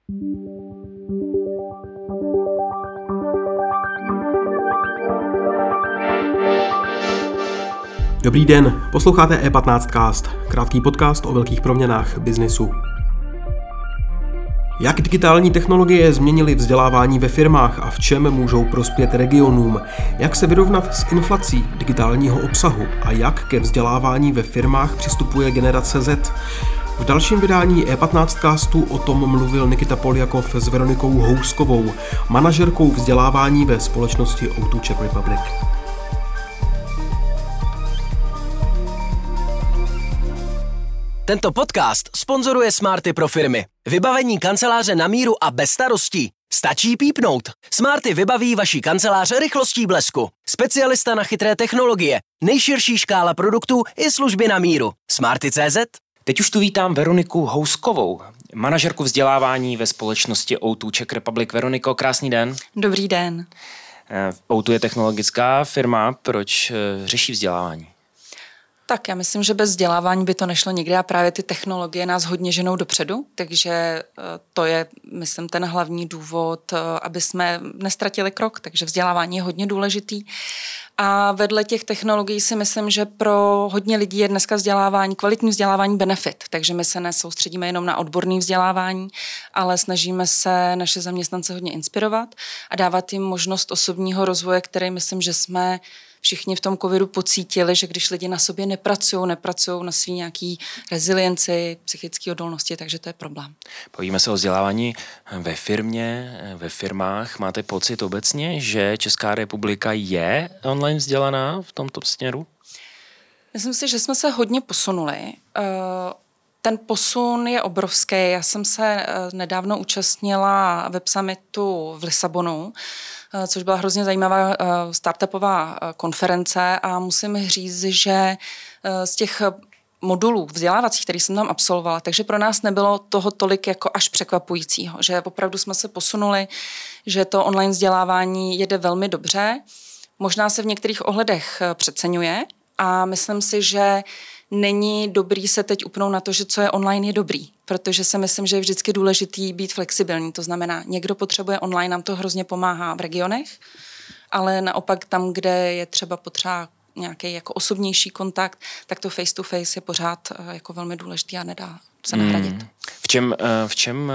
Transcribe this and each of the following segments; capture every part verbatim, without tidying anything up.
Dobrý den, posloucháte E patnáct Cast, krátký podcast o velkých proměnách biznisu. Jak digitální technologie změnily vzdělávání ve firmách a v čem můžou prospět regionům? Jak se vyrovnat s inflací digitálního obsahu a jak ke vzdělávání ve firmách přistupuje generace Z? V dalším vydání E patnáct Castu o tom mluvil Nikita Poljakov s Veronikou Houskovou, manažerkou vzdělávání ve společnosti O dva Czech Republic. Tento podcast sponzoruje Smarty pro firmy. Vybavení kanceláře na míru a bez starostí. Stačí pípnout. Smarty vybaví vaší kanceláře rychlostí blesku. Specialista na chytré technologie. Nejširší škála produktů i služby na míru. Smarty tečka cé zet. Teď už tu vítám Veroniku Houskovou, manažerku vzdělávání ve společnosti O dva Czech Republic. Veroniko, krásný den. Dobrý den. O dva je technologická firma, proč řeší vzdělávání? Tak já myslím, že bez vzdělávání by to nešlo nikdy a právě ty technologie nás hodně ženou dopředu, takže to je, myslím, ten hlavní důvod, aby jsme nestratili krok, takže vzdělávání je hodně důležitý. A vedle těch technologií si myslím, že pro hodně lidí je dneska vzdělávání, kvalitní vzdělávání benefit, takže my se nesoustředíme jenom na odborné vzdělávání, ale snažíme se naše zaměstnance hodně inspirovat a dávat jim možnost osobního rozvoje, který myslím, že jsme všichni v tom covidu pocítili, že když lidi na sobě nepracují, nepracují na svý nějaký rezilienci, psychické odolnosti, takže to je problém. Povíme se o vzdělávání ve firmě, ve firmách. Máte pocit obecně, že Česká republika je online vzdělaná v tomto směru? Myslím si, že jsme se hodně posunuli. Ten posun je obrovský. Já jsem se nedávno účastnila web summitu v Lisabonu, což byla hrozně zajímavá startupová konference a musím říct, že z těch modulů vzdělávacích, který jsem tam absolvovala, takže pro nás nebylo toho tolik jako až překvapujícího, že opravdu jsme se posunuli, že to online vzdělávání jede velmi dobře, možná se v některých ohledech přeceňuje a myslím si, že není dobrý se teď upnout na to, že co je online je dobrý, protože si myslím, že je vždycky důležitý být flexibilní. To znamená, někdo potřebuje online, nám to hrozně pomáhá v regionech, ale naopak tam, kde je třeba potřeba nějaký jako osobnější kontakt, tak to face to face je pořád jako velmi důležitý a nedá se nahradit. Hmm. V čem, v čem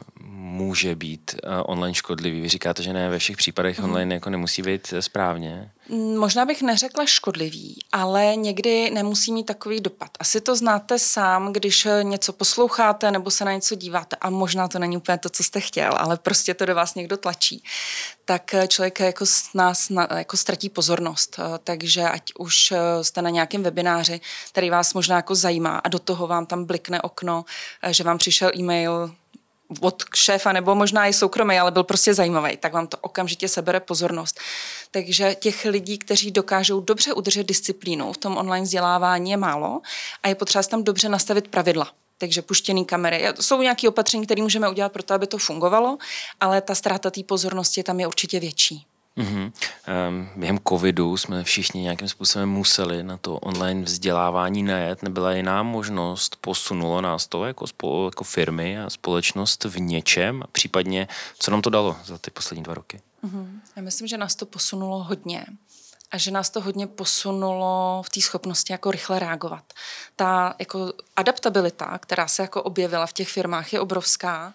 může být online škodlivý? Vy říkáte, že ne ve všech případech hmm. online jako nemusí být správně. Možná bych neřekla škodlivý, ale někdy nemusí mít takový dopad. Asi to znáte sám, když něco posloucháte nebo se na něco díváte a možná to není úplně to, co jste chtěl, ale prostě to do vás někdo tlačí. Tak člověk jako s nás jako ztratí pozornost. Takže ať už jste na nějakém webináři, který vás možná jako zajímá a do toho vám tam blikne okno, že vám přišel e-mail od šéfa, nebo možná i soukromý, ale byl prostě zajímavý, tak vám to okamžitě sebere pozornost. Takže těch lidí, kteří dokážou dobře udržet disciplínu v tom online vzdělávání je málo a je potřeba tam dobře nastavit pravidla. Takže puštěný kamery. Jsou nějaké opatření, které můžeme udělat pro to, aby to fungovalo, ale ta ztráta té pozornosti tam je určitě větší. Mm-hmm. Um, během covidu jsme všichni nějakým způsobem museli na to online vzdělávání najet. Nebyla jiná možnost, posunulo nás to jako, spo, jako firmy a společnost v něčem, a případně co nám to dalo za ty poslední dva roky? Mm-hmm. Já myslím, že nás to posunulo hodně a že nás to hodně posunulo v té schopnosti jako rychle reagovat. Ta jako adaptabilita, která se jako objevila v těch firmách, je obrovská.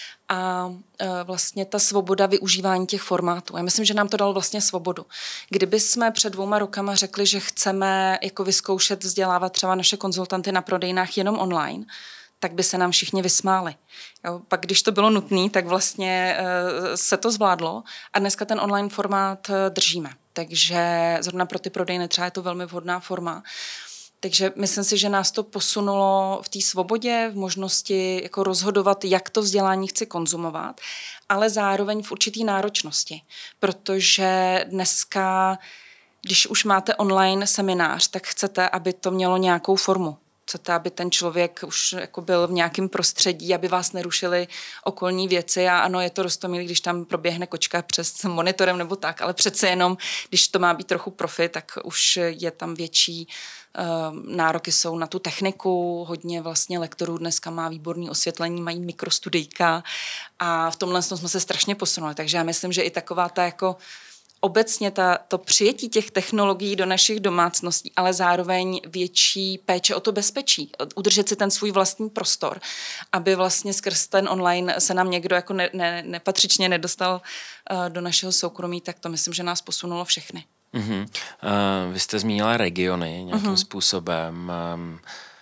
A e, vlastně ta svoboda využívání těch formátů. Já myslím, že nám to dalo vlastně svobodu. Kdyby jsme před dvouma rokama řekli, že chceme jako vyzkoušet vzdělávat třeba naše konzultanty na prodejnách jenom online, tak by se nám všichni vysmáli. Jo, pak, když to bylo nutné, tak vlastně e, se to zvládlo a dneska ten online formát e, držíme. Takže zrovna pro ty prodejny třeba je to velmi vhodná forma. Takže myslím si, že nás to posunulo v té svobodě, v možnosti jako rozhodovat, jak to vzdělání chci konzumovat, ale zároveň v určitý náročnosti, protože dneska, když už máte online seminář, tak chcete, aby to mělo nějakou formu. Chcete, aby ten člověk už jako byl v nějakém prostředí, aby vás nerušily okolní věci a ano, je to roztomilý, když tam proběhne kočka přes monitorem nebo tak, ale přece jenom, když to má být trochu profi, tak už je tam větší nároky jsou na tu techniku, hodně vlastně lektorů dneska má výborné osvětlení, mají mikrostudijka a v tomhle jsme se strašně posunuli, takže já myslím, že i taková ta jako obecně ta, to přijetí těch technologií do našich domácností, ale zároveň větší péče o to bezpečí, udržet si ten svůj vlastní prostor, aby vlastně skrz ten online se nám někdo jako ne, ne, nepatřičně nedostal uh, do našeho soukromí, tak to myslím, že nás posunulo všechny. Uh-huh. Uh, vy jste zmínila regiony nějakým uh-huh. způsobem. Um,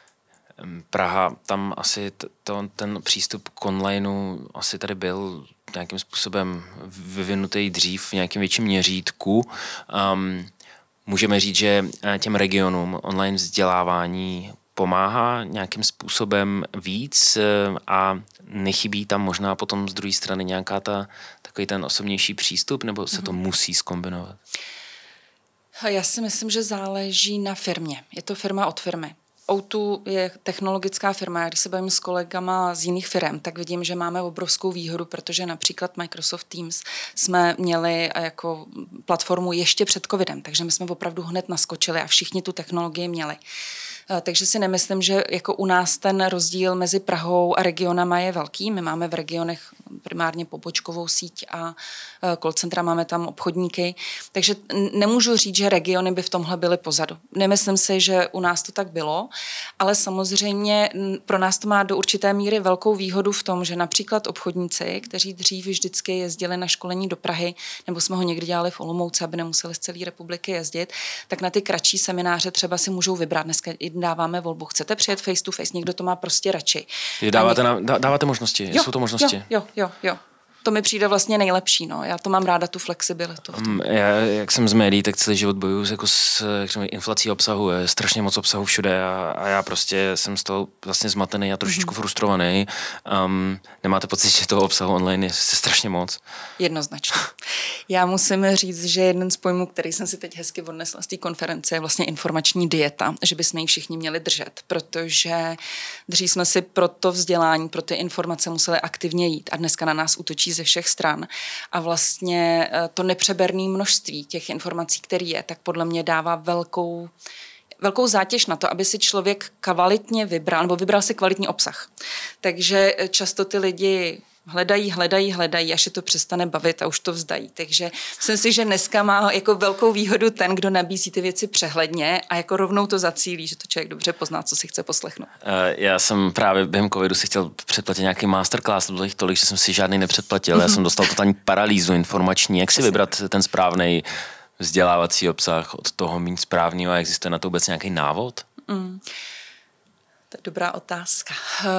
Praha, tam asi t- to, ten přístup k onlineu asi tady byl nějakým způsobem vyvinutý dřív v nějakém větším měřítku. Um, můžeme říct, že těm regionům online vzdělávání pomáhá nějakým způsobem víc a nechybí tam možná potom z druhé strany nějaká ta, takový ten osobnější přístup, nebo se to mm-hmm. musí zkombinovat? Já si myslím, že záleží na firmě. Je to firma od firmy. ó dva je technologická firma. Já když se bavím s kolegama z jiných firm, tak vidím, že máme obrovskou výhodu, protože například Microsoft Teams jsme měli jako platformu ještě před covidem, takže my jsme opravdu hned naskočili a všichni tu technologii měli. Takže si nemyslím, že jako u nás ten rozdíl mezi Prahou a regionama je velký. My máme v regionech primárně pobočkovou síť a call centra, máme tam obchodníky, takže nemůžu říct, že regiony by v tomhle byly pozadu. Nemyslím si, že u nás to tak bylo, ale samozřejmě pro nás to má do určité míry velkou výhodu v tom, že například obchodníci, kteří dřív vždycky jezdili na školení do Prahy, nebo jsme ho někdy dělali v Olomouci, aby nemuseli z celé republiky jezdit, tak na ty kratší semináře třeba si můžou vybrat. Dneska dáváme volbu. Chcete přijet face to face? Někdo to má prostě radši. Dáváte, na, dáváte možnosti? Jo, jsou to možnosti? Jo, jo, jo, jo. To mi přijde vlastně nejlepší, no. Já to mám ráda, tu flexibilitu. Um, já, jak jsem z médií, tak celý život bojuju jako s inflací obsahu. Je strašně moc obsahu všude a, a já prostě jsem z toho vlastně zmatený a trošičku mm-hmm. frustrovaný. Um, nemáte pocit, že toho obsahu online je strašně moc? Jednoznačně. Já musím říct, že jeden z pojmů, který jsem si teď hezky odnesla z té konference, je vlastně informační dieta, že bychom ji všichni měli držet, protože dřív jsme si pro to vzdělání, pro ty informace museli aktivně jít a dneska na nás útočí ze všech stran a vlastně to nepřeberné množství těch informací, který je, tak podle mě dává velkou, velkou zátěž na to, aby si člověk kvalitně vybral, nebo vybral si kvalitní obsah. Takže často ty lidi hledají, hledají, hledají, až je to přestane bavit a už to vzdají. Takže myslím si, že dneska má jako velkou výhodu ten, kdo nabízí ty věci přehledně a jako rovnou to zacílí, že to člověk dobře pozná, co si chce poslechnout. Já jsem právě během covidu si chtěl předplatit nějaký masterclass, bylo jich tolik, že jsem si žádný nepředplatil. Já jsem dostal totální paralýzu informační. Jak si vybrat ten správný vzdělávací obsah od toho méně správného a existuje na to vůbec nějaký návod? Mm. To je dobrá otázka.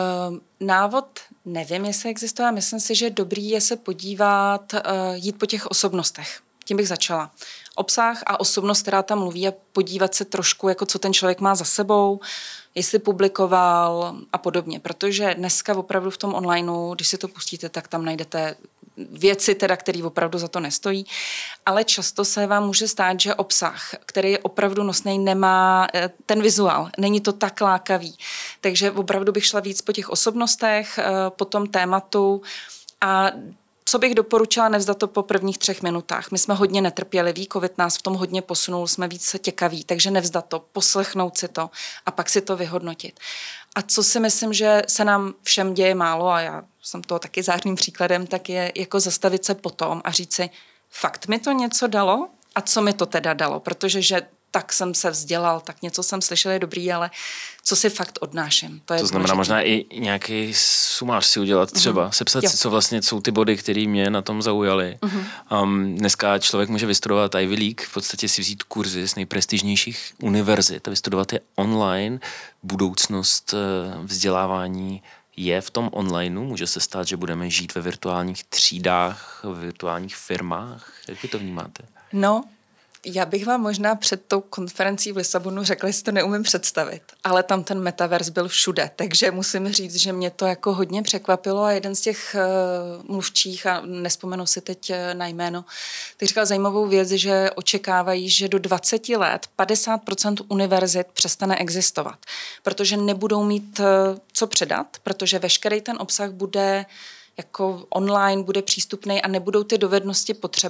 Návod nevím, jestli existuje. Myslím si, že dobrý je se podívat, jít po těch osobnostech. Tím bych začala. Obsah a osobnost, která tam mluví a podívat se trošku, jako co ten člověk má za sebou, jestli publikoval a podobně. Protože dneska opravdu v tom onlineu, když si to pustíte, tak tam najdete věci, teda, které opravdu za to nestojí, ale často se vám může stát, že obsah, který je opravdu nosný, nemá ten vizuál, není to tak lákavý. Takže opravdu bych šla víc po těch osobnostech, po tom tématu a co bych doporučila, nevzdat to po prvních třech minutách. My jsme hodně netrpěliví, covid nás v tom hodně posunul, jsme víc těkaví, takže nevzdat to, poslechnout si to a pak si to vyhodnotit. A co si myslím, že se nám všem děje málo a já jsem toho taky zářným příkladem, tak je jako zastavit se potom a říct si, fakt mi to něco dalo a co mi to teda dalo, protože že tak jsem se vzdělal, tak něco jsem slyšel, je dobrý, ale co si fakt odnáším. To, je to znamená důležitý. Možná i nějaký sumář si udělat třeba, mm-hmm. sepsat jo. si, co vlastně jsou ty body, které mě na tom zaujaly. Mm-hmm. Um, dneska člověk může vystudovat Ivy League, v podstatě si vzít kurzy z nejprestižnějších univerzit a vystudovat je online. Budoucnost vzdělávání je v tom onlineu. Může se stát, že budeme žít ve virtuálních třídách, ve virtuálních firmách. Jak vy to vnímáte? No, já bych vám možná před tou konferencí v Lisabonu řekla, že si to neumím představit, ale tam ten metaverz byl všude, takže musím říct, že mě to jako hodně překvapilo a jeden z těch uh, mluvčích, a nespomenu si teď uh, na jméno, tak říkal zajímavou věc, že očekávají, že do dvacet let padesát procent univerzit přestane existovat, protože nebudou mít uh, co předat, protože veškerý ten obsah bude jako online, bude přístupný a nebudou ty dovednosti potřeba.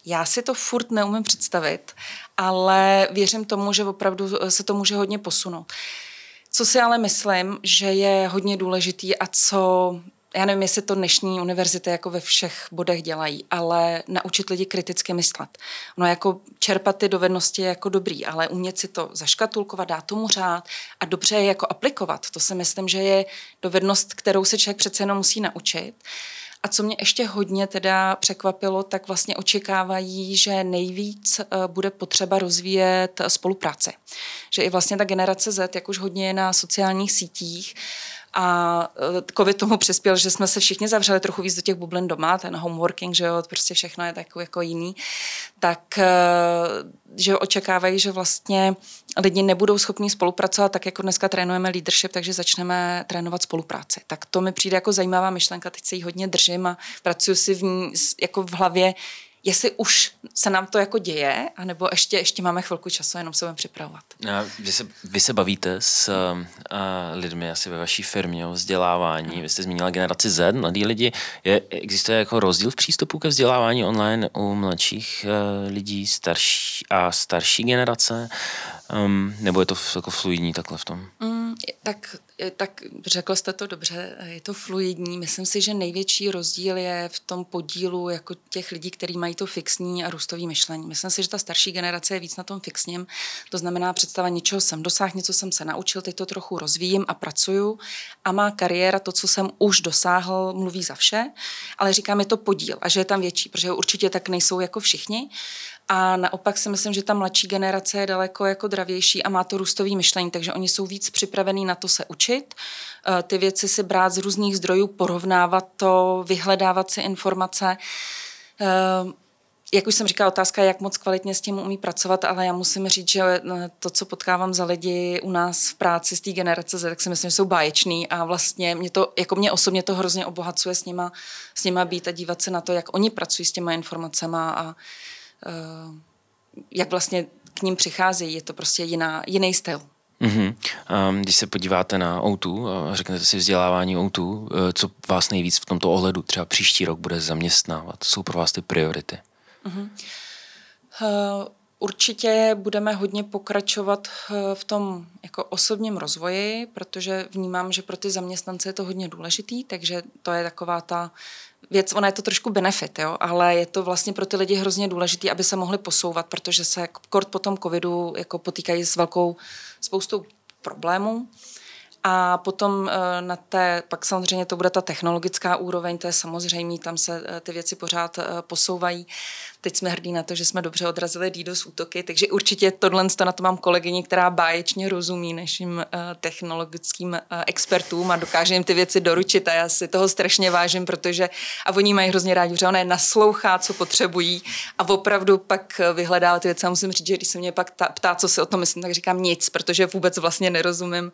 Já si to furt neumím představit, ale věřím tomu, že opravdu se to může hodně posunout. Co si ale myslím, že je hodně důležitý a co, já nevím, jestli to dnešní univerzity jako ve všech bodech dělají, ale naučit lidi kriticky myslet. No jako čerpat ty dovednosti je jako dobrý, ale umět si to zaškatulkovat, dát tomu řád a dobře je jako aplikovat. To si myslím, že je dovednost, kterou se člověk přece jenom musí naučit. A co mě ještě hodně teda překvapilo, tak vlastně očekávají, že nejvíc bude potřeba rozvíjet spolupráci. Že i vlastně ta generace Z, jak už hodně je na sociálních sítích, a covid tomu přispěl, že jsme se všichni zavřeli trochu víc do těch bublin doma, ten homeworking, že jo, prostě všechno je tak jako jiný, tak že očekávají, že vlastně lidi nebudou schopni spolupracovat, tak jako dneska trénujeme leadership, takže začneme trénovat spolupráci. Tak to mi přijde jako zajímavá myšlenka, teď se jí hodně držím a pracuji si v ní jako v hlavě, jestli už se nám to jako děje, anebo ještě, ještě máme chvilku času, jenom se budeme připravovat. A vy, se, vy se bavíte s a, lidmi asi ve vaší firmě o vzdělávání. Vy jste zmínila generaci Z, mladí lidi. Je, existuje jako rozdíl v přístupu ke vzdělávání online u mladších uh, lidí starší a starší generace? Um, nebo je to jako fluidní takhle v tom? Mm, tak, tak řekl jste to dobře, je to fluidní. Myslím si, že největší rozdíl je v tom podílu jako těch lidí, kteří mají to fixní a růstový myšlení. Myslím si, že ta starší generace je víc na tom fixním. To znamená představa něčeho jsem dosáhl, něco jsem se naučil, teď to trochu rozvíjím a pracuju a má kariéra, to, co jsem už dosáhl, mluví za vše, ale říkám, je to podíl a že je tam větší, protože určitě tak nejsou jako všichni. A naopak si myslím, že ta mladší generace je daleko jako dravější a má to růstový myšlení, takže oni jsou víc připravení na to se učit, ty věci si brát z různých zdrojů, porovnávat to, vyhledávat si informace. Jak už jsem říkala, otázka je, jak moc kvalitně s tím umí pracovat, ale já musím říct, že to, co potkávám za lidi u nás v práci z té generace, tak si myslím, že jsou báječný a vlastně mě to, jako mě osobně to hrozně obohacuje s nima, s nima být a dívat se na to, jak oni pracují s těma informacema a Uh, jak vlastně k ním přichází, je to prostě jiná, jiný styl. Mm-hmm. Um, když se podíváte na O dva a řeknete si vzdělávání O dva, uh, co vás nejvíc v tomto ohledu třeba příští rok bude zaměstnávat? Jsou pro vás ty priority? Mm-hmm. Uh, určitě budeme hodně pokračovat v tom jako osobním rozvoji, protože vnímám, že pro ty zaměstnance je to hodně důležitý, takže to je taková ta věc, ona je to trošku benefit, jo, ale je to vlastně pro ty lidi hrozně důležitý, aby se mohli posouvat, protože se kort po tom covidu jako potýkají s velkou spoustou problémů. A potom na té, pak samozřejmě to bude ta technologická úroveň, to je samozřejmé, tam se ty věci pořád posouvají. Teď jsme hrdí na to, že jsme dobře odrazili DDoS útoky, takže určitě tohle na to mám kolegyni, která báječně rozumí našim technologickým expertům a dokáže jim ty věci doručit a já si toho strašně vážím, protože a oni mají hrozně rádi, že ona je naslouchá, co potřebují a opravdu pak vyhledává ty věci. A musím říct, že když se mě pak ptá, co si o tom myslím, tak říkám nic, protože vůbec vlastně nerozumím,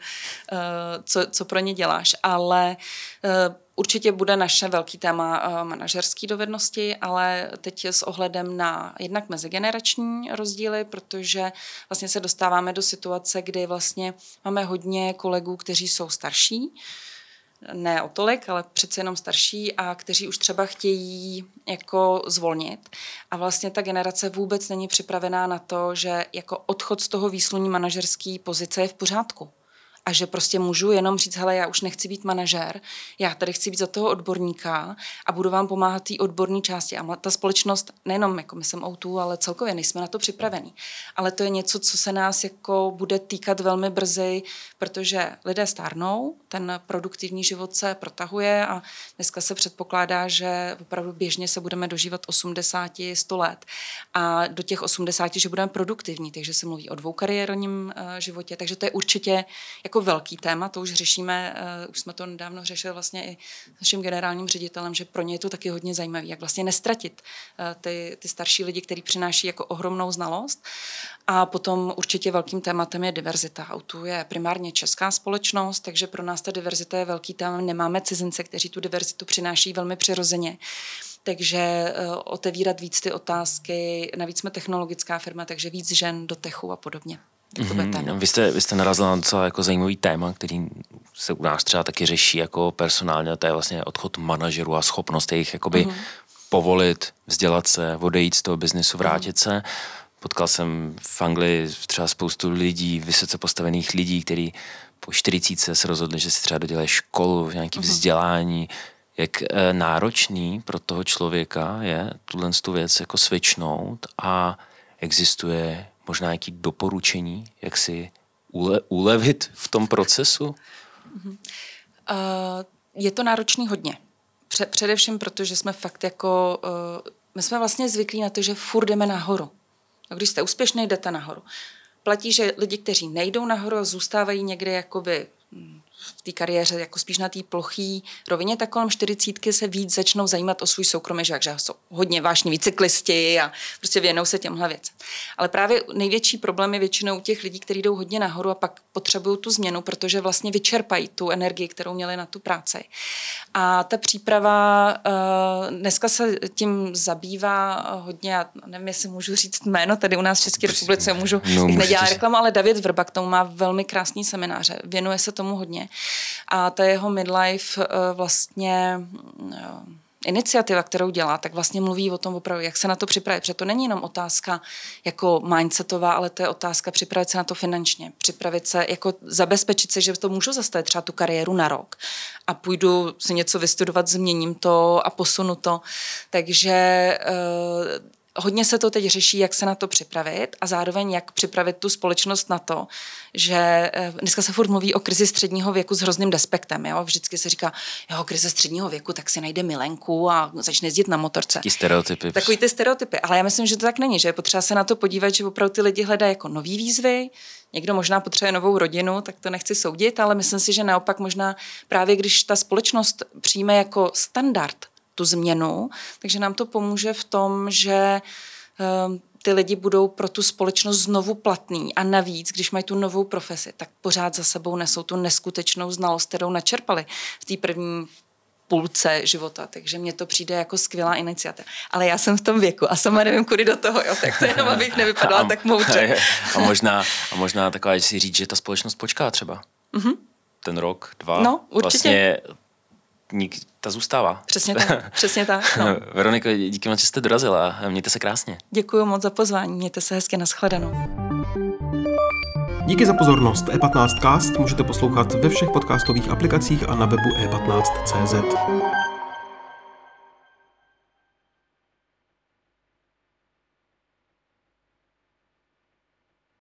co, co pro ně děláš, ale určitě bude naše velký téma manažerské dovednosti, ale teď s ohledem na jednak mezigenerační rozdíly, protože vlastně se dostáváme do situace, kdy vlastně máme hodně kolegů, kteří jsou starší, ne o tolik, ale přece jenom starší a kteří už třeba chtějí jako zvolnit. A vlastně ta generace vůbec není připravená na to, že jako odchod z toho výsluní manažerské pozice je v pořádku. A že prostě můžu jenom říct, hele, já už nechci být manažér, já tady chci být za toho odborníka a budu vám pomáhat té odborné části. A ta společnost, nejenom jako my jsem O dva, ale celkově nejsme na to připravení. Ale to je něco, co se nás jako bude týkat velmi brzy, protože lidé stárnou, ten produktivní život se protahuje a dneska se předpokládá, že opravdu běžně se budeme dožívat osmdesát sto let. A do těch osmdesáti, že budeme produktivní, takže se mluví o dvoukariérním uh, životě, takže to je určitě jako velký téma, to už řešíme, uh, už jsme to nedávno řešili vlastně i s naším generálním ředitelem, že pro ně je to taky hodně zajímavé, jak vlastně nestratit uh, ty, ty starší lidi, který přináší jako ohromnou znalost. A potom určitě velkým tématem je diverzita. O dva je primárně česká společnost, takže pro nás ta diverzita je velký téma. Nemáme cizince, kteří tu diverzitu přináší velmi přirozeně. Takže uh, otevírat víc ty otázky, navíc jsme technologická firma, takže víc žen do techu a podobně. Mm-hmm. Vy jste, vy jste narazila na docela jako zajímavý téma, který se u nás třeba taky řeší jako personálně, to je vlastně odchod manažerů a schopnost jejich jakoby mm-hmm. povolit, vzdělat se, odejít z toho biznesu, vrátit se. Potkal jsem v Anglii třeba spoustu lidí, vysoce postavených lidí, kteří po čtyřicítce se rozhodli, že si třeba dodělají školu, nějaké vzdělání. Jak e, náročný pro toho člověka je tuhle tu věc jako switchnout a existuje možná nějaké doporučení, jak si ule, ulevit v tom procesu? Uh, je to náročný hodně. Pře- především proto, že jsme fakt jako, uh, my jsme vlastně zvyklí na to, že furt jdeme nahoru. A když jste úspěšný, jdete nahoru. Platí, že lidi, kteří nejdou nahoru a zůstávají někde jakoby v té kariéře jako spíš na té plochý rovině, tak kolem čtyřicítky se víc začnou zajímat o svůj soukromý život, že jsou hodně vášniví cyklisti a prostě věnou se těmhle věcem. Ale právě největší problém je většinou u těch lidí, kteří jdou hodně nahoru a pak potřebují tu změnu, protože vlastně vyčerpají tu energii, kterou měli na tu práci. A ta příprava, dneska se tím zabývá hodně, já nevím, jestli můžu říct jméno, tady u nás v České republice můžu, no, bych nedělala reklamu, ale David Vrba k tomu má velmi krásný semináře, věnuje se tomu hodně. A ta jeho midlife vlastně iniciativa, kterou dělá, tak vlastně mluví o tom opravdu, jak se na to připravit. Protože to není jenom otázka jako mindsetová, ale to je otázka připravit se na to finančně. Připravit se, jako zabezpečit se, že to můžu zastavit třeba tu kariéru na rok a půjdu si něco vystudovat, změním to a posunu to. Takže uh, hodně se to teď řeší, jak se na to připravit a zároveň jak připravit tu společnost na to, že dneska se furt mluví o krizi středního věku s hrozným despektem. Jo? Vždycky se říká, jo, krize středního věku, tak si najde milenku a začne jezdit na motorce. Taky stereotypy. Takový ty stereotypy. Ale já myslím, že to tak není, že je potřeba se na to podívat, že opravdu ty lidi hledají jako nový výzvy, někdo možná potřebuje novou rodinu, tak to nechci soudit, ale myslím si, že naopak možná právě když ta společnost přijme jako standard tu změnu, takže nám to pomůže v tom, že um, ty lidi budou pro tu společnost znovu platný a navíc, když mají tu novou profesi, tak pořád za sebou nesou tu neskutečnou znalost, kterou načerpali v té první půlce života, takže mně to přijde jako skvělá iniciativa. Ale já jsem v tom věku a sama nevím, kudy do toho, jo, tak to jenom, abych nevypadala a, tak moudře. A možná, a možná taková, že si říct, že ta společnost počká třeba. Mm-hmm. Ten rok, dva. No, určitě. Vlastně nik, ta zůstává. Přesně tak, přesně tak. No. Veroniko, díky moc, že jste dorazila. Mějte se krásně. Děkuji moc za pozvání, mějte se hezky, nashledanou. Díky za pozornost. E patnáct Cast můžete poslouchat ve všech podcastových aplikacích a na webu e patnáct tečka cé zet.